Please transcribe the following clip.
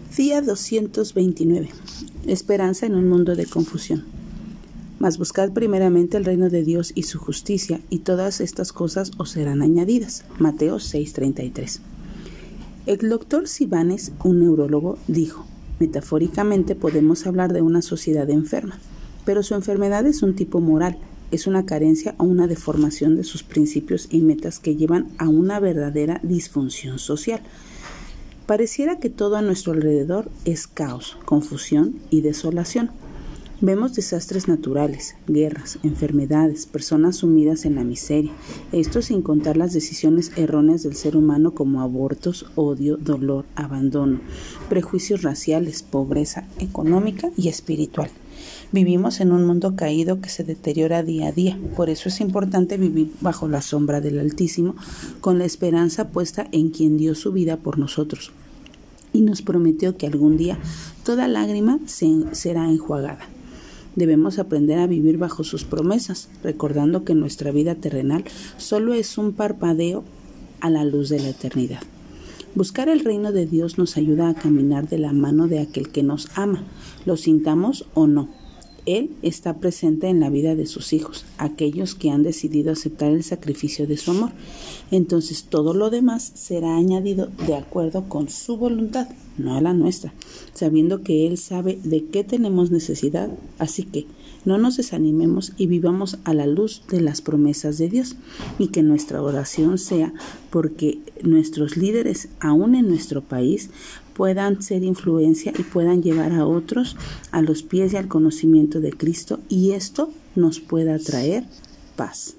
Día 229. Esperanza en un mundo de confusión. Mas buscad primeramente el reino de Dios y su justicia, y todas estas cosas os serán añadidas. Mateo 6:33. El doctor Sibanes, un neurólogo, dijo: metafóricamente podemos hablar de una sociedad enferma, pero su enfermedad es un tipo moral, es una carencia o una deformación de sus principios y metas que llevan a una verdadera disfunción social. Pareciera que todo a nuestro alrededor es caos, confusión y desolación. Vemos desastres naturales, guerras, enfermedades, personas sumidas en la miseria, esto sin contar las decisiones erróneas del ser humano como abortos, odio, dolor, abandono, prejuicios raciales, pobreza económica y espiritual. Vivimos en un mundo caído que se deteriora día a día, por eso es importante vivir bajo la sombra del Altísimo, con la esperanza puesta en quien dio su vida por nosotros y nos prometió que algún día toda lágrima será enjuagada. Debemos aprender a vivir bajo sus promesas, recordando que nuestra vida terrenal solo es un parpadeo a la luz de la eternidad. Buscar el reino de Dios nos ayuda a caminar de la mano de aquel que nos ama, lo sintamos o no. Él está presente en la vida de sus hijos, aquellos que han decidido aceptar el sacrificio de su amor. Entonces todo lo demás será añadido de acuerdo con su voluntad, no a la nuestra, sabiendo que Él sabe de qué tenemos necesidad. Así que no nos desanimemos y vivamos a la luz de las promesas de Dios, y que nuestra oración sea porque nuestros líderes, aún en nuestro país, puedan ser influencia y puedan llevar a otros a los pies y al conocimiento de Cristo, y esto nos pueda traer paz.